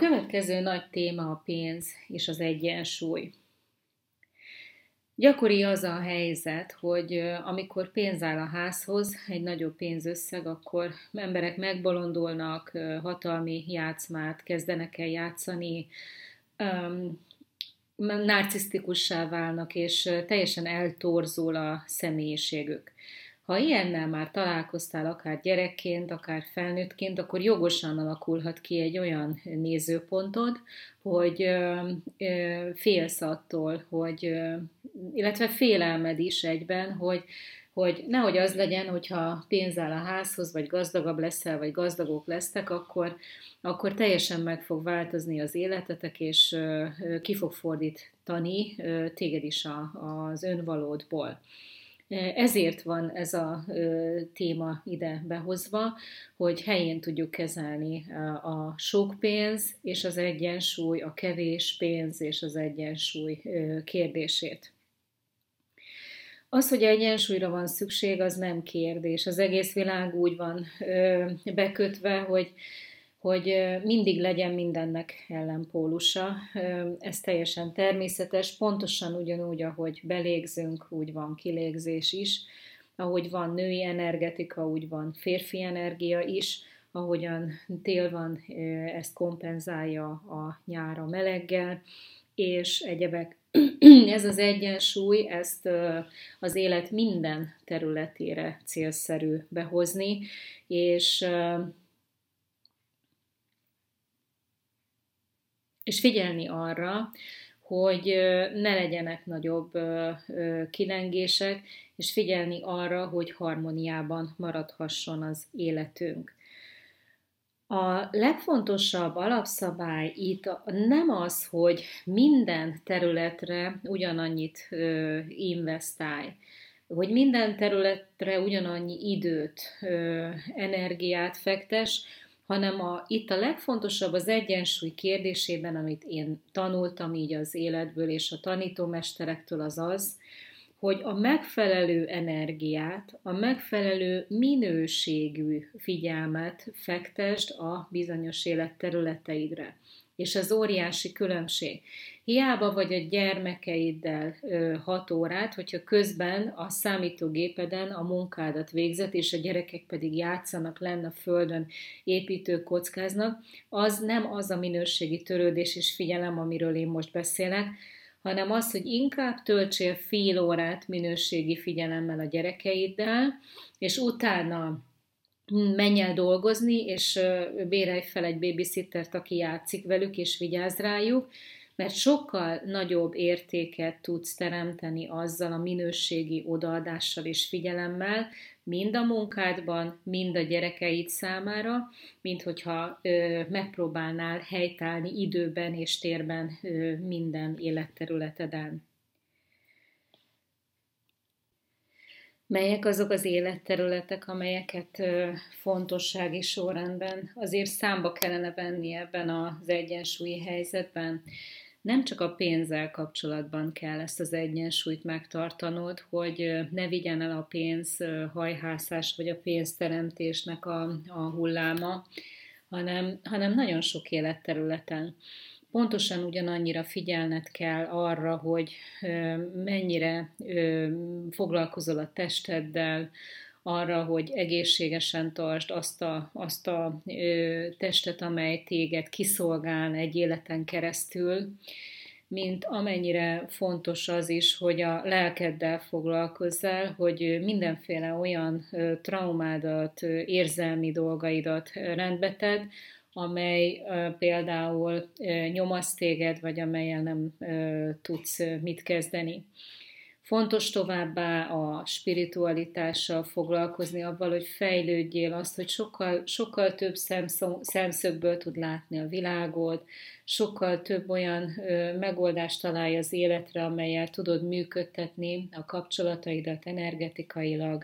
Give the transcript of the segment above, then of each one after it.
következő nagy téma a pénz és az egyensúly. Gyakori az a helyzet, hogy amikor pénz áll a házhoz, egy nagyobb pénzösszeg, akkor emberek megbolondulnak, hatalmi játszmát kezdenek el játszani, narcisztikussá válnak, és teljesen eltorzul a személyiségük. Ha ilyennel már találkoztál akár gyerekként, akár felnőttként, akkor jogosan alakulhat ki egy olyan nézőpontod, hogy félsz attól, illetve félelmed is egyben, hogy nehogy az legyen, hogyha pénz áll a házhoz, vagy gazdagabb leszel, vagy gazdagok lesztek, akkor teljesen meg fog változni az életetek, és ki fog fordítani téged is az önvalódból. Ezért van ez a téma ide behozva, hogy helyén tudjuk kezelni a sok pénz és az egyensúly, a kevés pénz és az egyensúly kérdését. Az, hogy egyensúlyra van szükség, az nem kérdés. Az egész világ úgy van bekötve, hogy mindig legyen mindennek ellenpólusa. Ez teljesen természetes, pontosan ugyanúgy, ahogy belégzünk, úgy van kilégzés is, ahogy van női energetika, úgy van férfi energia is, ahogyan tél van, ezt kompenzálja a nyár a meleggel, és egyebek. Ez az egyensúly, ezt az élet minden területére célszerű behozni, és figyelni arra, hogy ne legyenek nagyobb kilengések, és figyelni arra, hogy harmóniában maradhasson az életünk. A legfontosabb alapszabály itt nem az, hogy minden területre ugyanannyit investálj, hogy minden területre ugyanannyi időt, energiát fektes, hanem itt a legfontosabb az egyensúly kérdésében, amit én tanultam így az életből és a tanítómesterektől, az, hogy a megfelelő energiát, a megfelelő minőségű figyelmet fektesd a bizonyos életterületeidre. És ez óriási különbség. Hiába vagy a gyermekeiddel 6 órát, hogyha közben a számítógépeden a munkádat végzett, és a gyerekek pedig játszanak lenn a földön, építőkockáznak, az nem az a minőségi törődés és figyelem, amiről én most beszélek, hanem az, hogy inkább töltsél fél órát minőségi figyelemmel a gyerekeiddel, és utána menj el dolgozni, és bérelj fel egy babysittert, aki játszik velük, és vigyázz rájuk, mert sokkal nagyobb értéket tudsz teremteni azzal a minőségi odaadással és figyelemmel, mind a munkádban, mind a gyerekeid számára, mint hogyha megpróbálnál helytállni időben és térben minden életterületeden. Melyek azok az életterületek, amelyeket fontossági sorrendben azért számba kellene venni ebben az egyensúlyi helyzetben? Nem csak a pénzzel kapcsolatban kell ezt az egyensúlyt megtartanod, hogy ne vigyen el a pénz hajhászás vagy a pénzteremtésnek a hulláma, hanem nagyon sok életterületen. Pontosan ugyanannyira figyelned kell arra, hogy mennyire foglalkozol a testeddel, arra, hogy egészségesen tartsd azt a testet, amely téged kiszolgál egy életen keresztül, mint amennyire fontos az is, hogy a lelkeddel foglalkozzál, hogy mindenféle olyan traumádat, érzelmi dolgaidat rendbe tedd, amely például nyomaszt téged, vagy amellyel nem tudsz mit kezdeni. Fontos továbbá a spiritualitással foglalkozni, avval, hogy fejlődjél, azt, hogy sokkal több szemszögből tud látni a világot, sokkal több olyan megoldást találj az életre, amellyel tudod működtetni a kapcsolataidat energetikailag,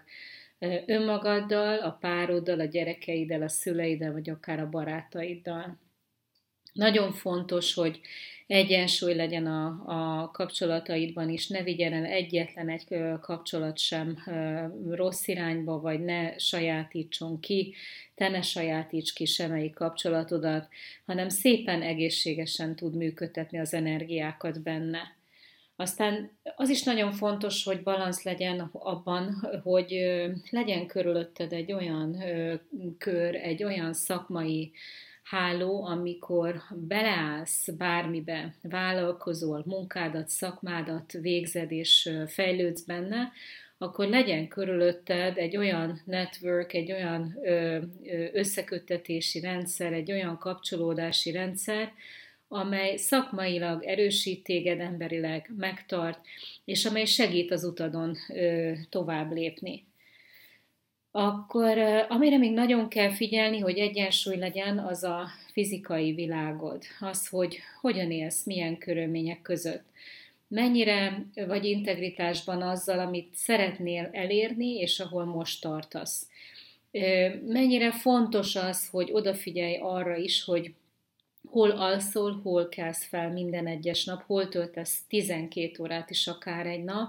önmagaddal, a pároddal, a gyerekeiddel, a szüleiddel, vagy akár a barátaiddal. Nagyon fontos, hogy egyensúly legyen a kapcsolataidban is, ne vigyen el egyetlen egy kapcsolat sem rossz irányba, vagy ne sajátítson ki, te ne sajátíts ki semmelyik kapcsolatodat, hanem szépen egészségesen tud működtetni az energiákat benne. Aztán az is nagyon fontos, hogy balansz legyen abban, hogy legyen körülötted egy olyan kör, egy olyan szakmai háló, amikor beleállsz bármibe, vállalkozol, munkádat, szakmádat végzed és fejlődsz benne, akkor legyen körülötted egy olyan network, egy olyan összeköttetési rendszer, egy olyan kapcsolódási rendszer, amely szakmailag erősít téged, emberileg megtart, és amely segít az utadon tovább lépni. Akkor amire még nagyon kell figyelni, hogy egyensúly legyen, az a fizikai világod. Az, hogy hogyan élsz, milyen körülmények között. Mennyire vagy integritásban azzal, amit szeretnél elérni, és ahol most tartasz. Mennyire fontos az, hogy odafigyelj arra is, hogy hol alszol, hol kelsz fel minden egyes nap, hol töltesz 12 órát is akár egy nap,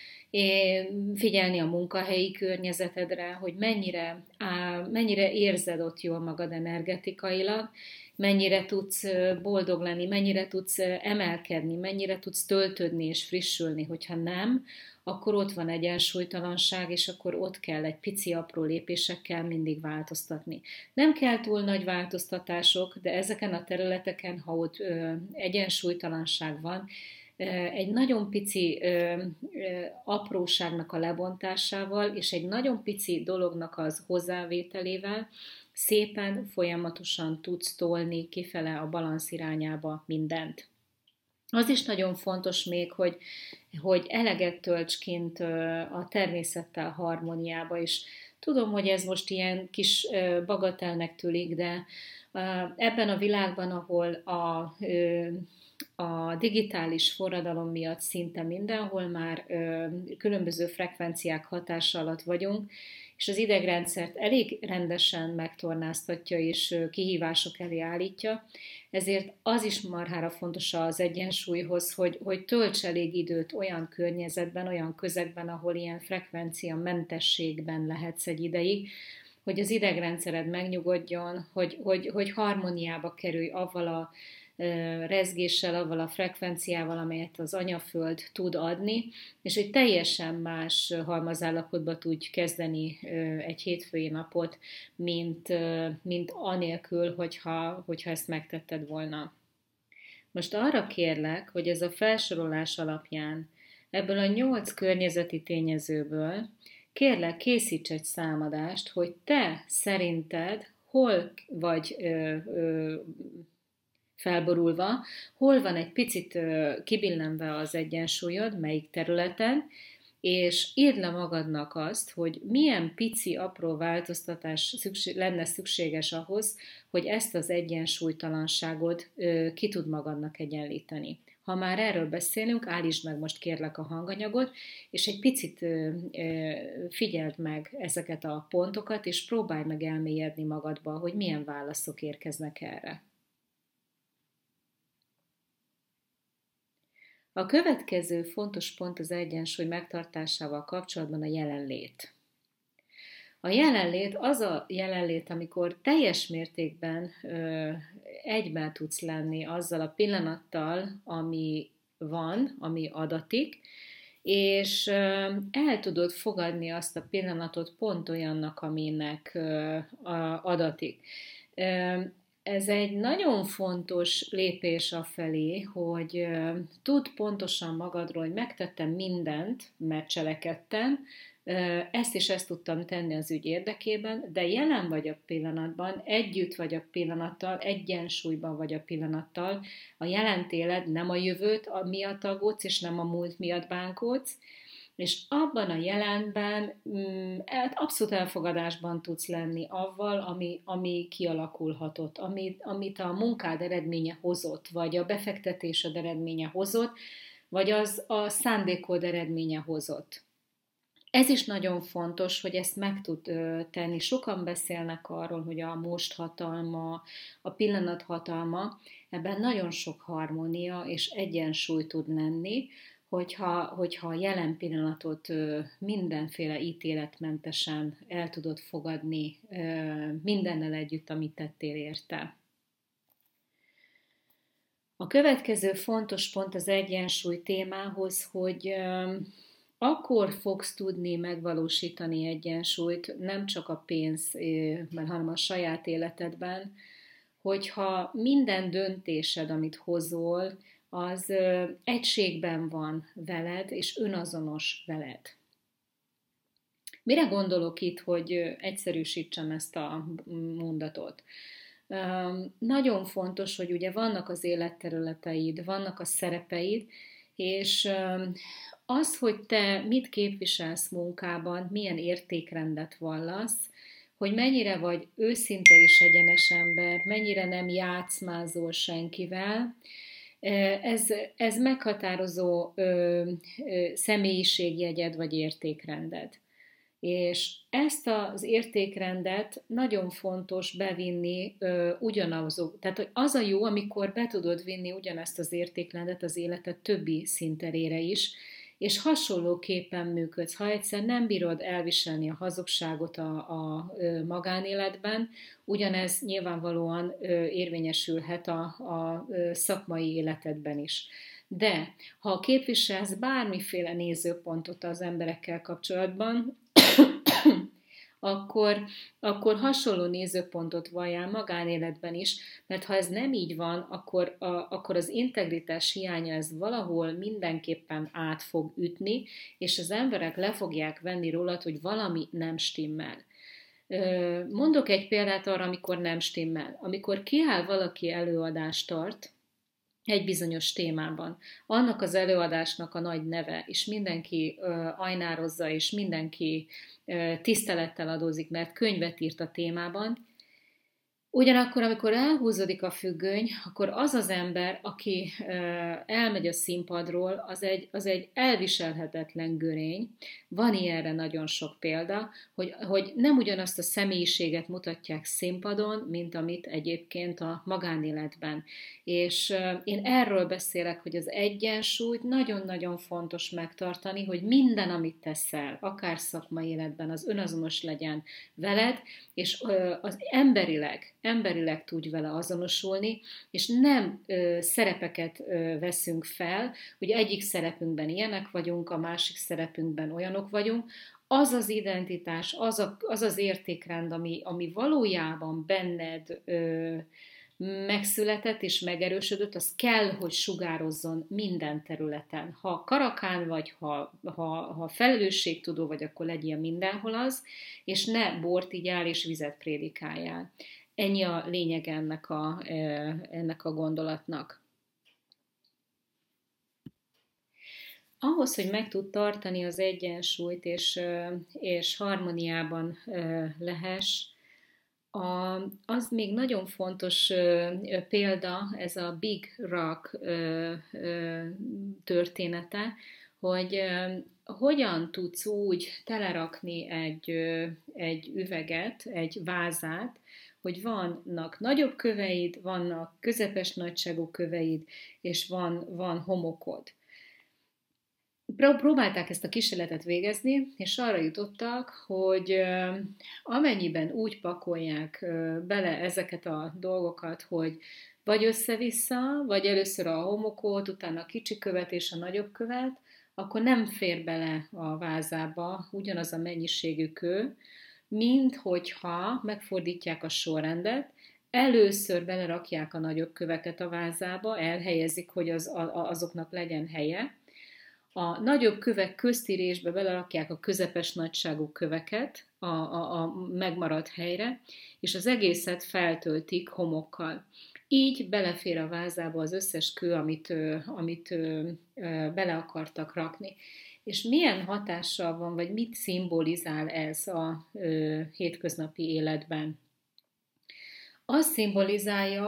figyelni a munkahelyi környezetedre, hogy mennyire érzed ott jól magad energetikailag, mennyire tudsz boldog lenni, mennyire tudsz emelkedni, mennyire tudsz töltődni és frissülni, hogyha nem, akkor ott van egyensúlytalanság, és akkor ott kell egy pici apró lépésekkel mindig változtatni. Nem kell túl nagy változtatások, de ezeken a területeken, ha ott egyensúlytalanság van, egy nagyon pici apróságnak a lebontásával, és egy nagyon pici dolognak az hozzávételével szépen, folyamatosan tudsz tolni kifele a balansz irányába mindent. Az is nagyon fontos még, hogy eleget tölts kint a természettel harmóniába, és tudom, hogy ez most ilyen kis bagatelnek tűnik, de ebben a világban, ahol a digitális forradalom miatt szinte mindenhol már különböző frekvenciák hatása alatt vagyunk, és az idegrendszert elég rendesen megtornáztatja és kihívások elé állítja, ezért az is marhára fontos az egyensúlyhoz, hogy tölts elég időt olyan környezetben, olyan közegben, ahol ilyen frekvencia mentességben lehetsz egy ideig, hogy az idegrendszered megnyugodjon, hogy harmóniába kerülj avval a rezgéssel, avval a frekvenciával, amelyet az anyaföld tud adni, és hogy teljesen más halmazállapotba tudj kezdeni egy hétfői napot, mint anélkül, hogyha ezt megtetted volna. Most arra kérlek, hogy ez a felsorolás alapján ebből a 8 környezeti tényezőből kérlek, készíts egy számadást, hogy te szerinted hol vagy felborulva, hol van egy picit kibillenve az egyensúlyod, melyik területen, és írd le magadnak azt, hogy milyen pici, apró változtatás lenne szükséges ahhoz, hogy ezt az egyensúlytalanságot ki tud magadnak egyenlíteni. Ha már erről beszélünk, állítsd meg most kérlek a hanganyagot, és egy picit figyeld meg ezeket a pontokat, és próbálj meg elmélyedni magadba, hogy milyen válaszok érkeznek erre. A következő fontos pont az egyensúly megtartásával kapcsolatban a jelenlét. A jelenlét az a jelenlét, amikor teljes mértékben egyben tudsz lenni azzal a pillanattal, ami van, ami adatik, és el tudod fogadni azt a pillanatot pont olyannak, aminek adatik. Ez egy nagyon fontos lépés afelé, hogy tudd pontosan magadról, hogy megtettem mindent, mert cselekedtem, ezt és ezt tudtam tenni az ügy érdekében, de jelen vagy a pillanatban, együtt vagy a pillanattal, egyensúlyban vagy a pillanattal, a jelent éled, nem a jövőt miatt aggódsz, és nem a múlt miatt bánkódsz, és abban a jelenben abszolút elfogadásban tudsz lenni avval, ami kialakulhatott, amit a munkád eredménye hozott, vagy a befektetésed eredménye hozott, vagy az a szándékod eredménye hozott. Ez is nagyon fontos, hogy ezt meg tud tenni. Sokan beszélnek arról, hogy a most hatalma, a pillanat hatalma, ebben nagyon sok harmónia és egyensúly tud lenni, hogyha a jelen pillanatot mindenféle ítéletmentesen el tudod fogadni mindennel együtt, amit tettél érte. A következő fontos pont az egyensúly témához, hogy akkor fogsz tudni megvalósítani egyensúlyt, nem csak a pénzben, hanem a saját életedben, hogyha minden döntésed, amit hozol, az egységben van veled, és önazonos veled. Mire gondolok itt, hogy egyszerűsítsem ezt a mondatot? Nagyon fontos, hogy ugye vannak az életterületeid, vannak a szerepeid, és az, hogy te mit képviselsz munkában, milyen értékrendet vallasz, hogy mennyire vagy őszinte és egyenes ember, mennyire nem játszmázol senkivel, ez meghatározó személyiségjegyed vagy értékrended. És ezt az értékrendet nagyon fontos bevinni ugyanazok. Tehát hogy az a jó, amikor be tudod vinni ugyanezt az értékrendet az életed többi szinterére is, és hasonlóképpen működsz. Ha egyszer nem bírod elviselni a hazugságot a magánéletben, ugyanez nyilvánvalóan érvényesülhet a szakmai életedben is. De ha képviselsz bármiféle nézőpontot az emberekkel kapcsolatban, akkor hasonló nézőpontot valljál magánéletben is, mert ha ez nem így van, akkor az integritás hiánya ez valahol mindenképpen át fog ütni, és az emberek le fogják venni rólad, hogy valami nem stimmel. Mondok egy példát arra, amikor nem stimmel. Amikor kiáll valaki előadást tart, egy bizonyos témában. Annak az előadásnak a nagy neve, és mindenki ajnározza, és mindenki tisztelettel adózik, mert könyvet írt a témában. Ugyanakkor, amikor elhúzódik a függöny, akkor az az ember, aki elmegy a színpadról, az egy elviselhetetlen görény. Van ilyenre nagyon sok példa, hogy nem ugyanazt a személyiséget mutatják színpadon, mint amit egyébként a magánéletben. És én erről beszélek, hogy az egyensúlyt nagyon-nagyon fontos megtartani, hogy minden, amit teszel, akár szakmai életben, az önazonos legyen veled, és az emberileg tudj vele azonosulni, és nem szerepeket veszünk fel, hogy egyik szerepünkben ilyenek vagyunk, a másik szerepünkben olyanok vagyunk, az az identitás, az az értékrend, ami valójában benned megszületett és megerősödött, az kell, hogy sugározzon minden területen. Ha karakán vagy, ha felelősségtudó vagy, akkor legyél mindenhol az, és ne bort igyál és vizet prédikáljál. Ennyi a lényeg ennek a gondolatnak. Ahhoz, hogy meg tud tartani az egyensúlyt és harmóniában lehess, az még nagyon fontos példa, ez a Big Rock története, hogy hogyan tudsz úgy telerakni egy üveget, egy vázát, hogy vannak nagyobb köveid, vannak közepes nagyságú köveid, és van homokod. Próbálták ezt a kísérletet végezni, és arra jutottak, hogy amennyiben úgy pakolják bele ezeket a dolgokat, hogy vagy össze-vissza, vagy először a homokot, utána a kicsi követ és a nagyobb követ, akkor nem fér bele a vázába ugyanaz a mennyiségű kő, mint hogyha megfordítják a sorrendet, először belerakják a nagyobb köveket a vázába, elhelyezik, hogy azoknak legyen helye, a nagyobb kövek közti résbe belerakják a közepes nagyságú köveket a megmaradt helyre, és az egészet feltöltik homokkal. Így belefér a vázába az összes kő, amit bele akartak rakni. És milyen hatással van, vagy mit szimbolizál ez a hétköznapi életben? Azt szimbolizálja,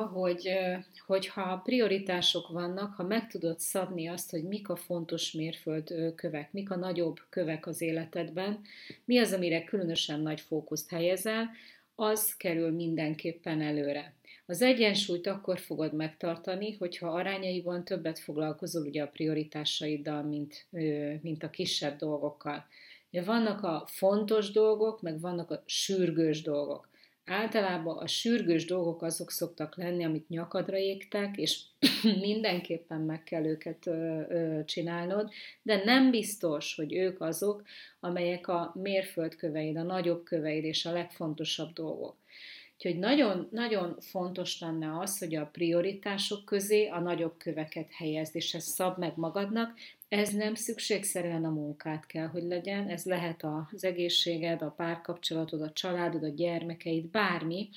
hogyha prioritások vannak, ha meg tudod szabni azt, hogy mik a fontos mérföldkövek, mik a nagyobb kövek az életedben, mi az, amire különösen nagy fókuszt helyezel, az kerül mindenképpen előre. Az egyensúlyt akkor fogod megtartani, hogyha arányaiban többet foglalkozol ugye a prioritásaiddal, mint a kisebb dolgokkal. Ugye vannak a fontos dolgok, meg vannak a sürgős dolgok. Általában a sürgős dolgok azok szoktak lenni, amit nyakadra égtek, és mindenképpen meg kell őket csinálnod, de nem biztos, hogy ők azok, amelyek a mérföldköveid, a nagyobb köveid és a legfontosabb dolgok. Úgyhogy nagyon, nagyon fontos lenne az, hogy a prioritások közé a nagyobb köveket helyezd, és ezt szab meg magadnak. Ez nem szükségszerűen a munkát kell, hogy legyen, ez lehet az egészséged, a párkapcsolatod, a családod, a gyermekeid, bármi,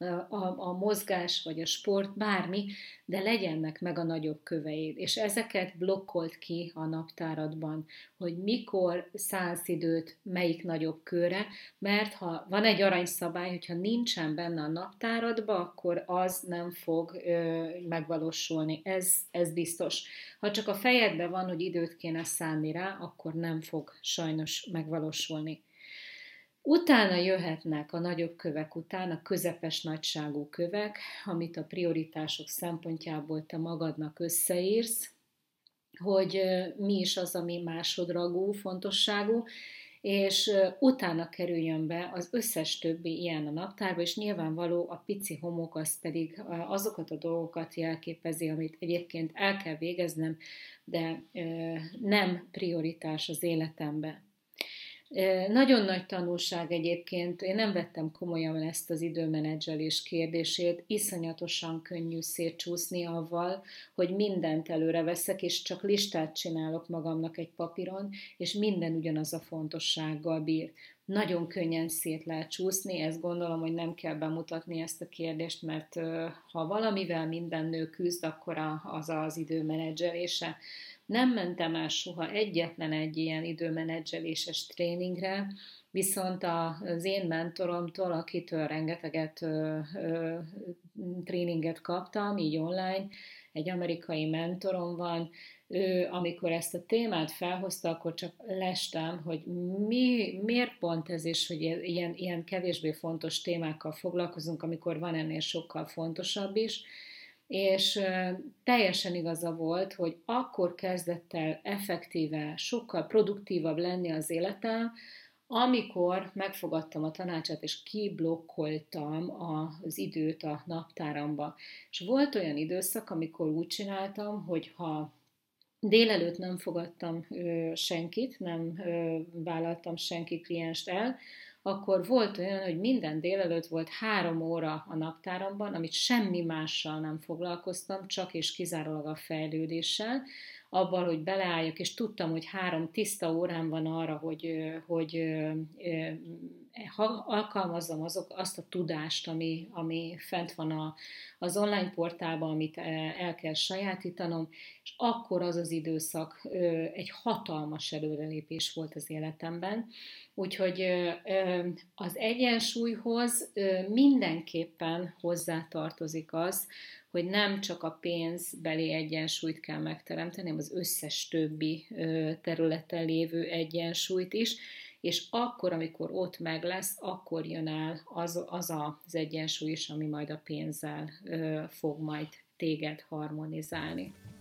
a mozgás vagy a sport, bármi, de legyenek meg a nagyobb köveid. És ezeket blokkold ki a naptáradban, hogy mikor szánsz időt melyik nagyobb körre, mert ha van egy aranyszabály, hogyha nincsen benne a naptáradba, akkor az nem fog megvalósulni. Ez biztos. Ha csak a fejedben van, hogy időt kéne szánni rá, akkor nem fog sajnos megvalósulni. Utána jöhetnek a nagyobb kövek után a közepes nagyságú kövek, amit a prioritások szempontjából te magadnak összeírsz, hogy mi is az, ami másodrangú fontosságú, és utána kerüljön be az összes többi ilyen a naptárba, és nyilvánvaló a pici homok az pedig azokat a dolgokat jelképezi, amit egyébként el kell végeznem, de nem prioritás az életemben. Nagyon nagy tanulság egyébként, én nem vettem komolyan ezt az időmenedzselés kérdését, iszonyatosan könnyű szétcsúszni avval, hogy mindent előre veszek, és csak listát csinálok magamnak egy papíron, és minden ugyanaz a fontossággal bír. Nagyon könnyen szét lehet csúszni, ezt gondolom, hogy nem kell bemutatni ezt a kérdést, mert ha valamivel minden nő küzd, akkor az időmenedzselése. Nem mentem el soha egyetlen egy ilyen időmenedzseléses tréningre, viszont az én mentoromtól, akitől rengeteget tréninget kaptam, így online, egy amerikai mentorom van, ő, amikor ezt a témát felhozta, akkor csak lestem, hogy miért pont ez is, hogy ilyen kevésbé fontos témákkal foglalkozunk, amikor van ennél sokkal fontosabb is, és teljesen igaza volt, hogy akkor kezdett el effektíve, sokkal produktívabb lenni az életem, amikor megfogadtam a tanácsát, és kiblokkoltam az időt a naptáramba. És volt olyan időszak, amikor úgy csináltam, hogy ha délelőtt nem fogadtam senkit, nem vállaltam senki klienst el, akkor volt olyan, hogy minden délelőtt volt 3 óra a naptáramban, amit semmi mással nem foglalkoztam, csak és kizárólag a fejlődéssel, abban, hogy beleálljak, és tudtam, hogy 3 tiszta órám van arra, hogy alkalmazzam azt a tudást, ami fent van az online portálban, amit el kell sajátítanom, és akkor az az időszak egy hatalmas előrelépés volt az életemben. Úgyhogy az egyensúlyhoz mindenképpen hozzátartozik az, hogy nem csak a pénzbeli egyensúlyt kell megteremteni, hanem az összes többi területen lévő egyensúlyt is, és akkor, amikor ott meg lesz, akkor jön el az egyensúly is, ami majd a pénzzel fog majd téged harmonizálni.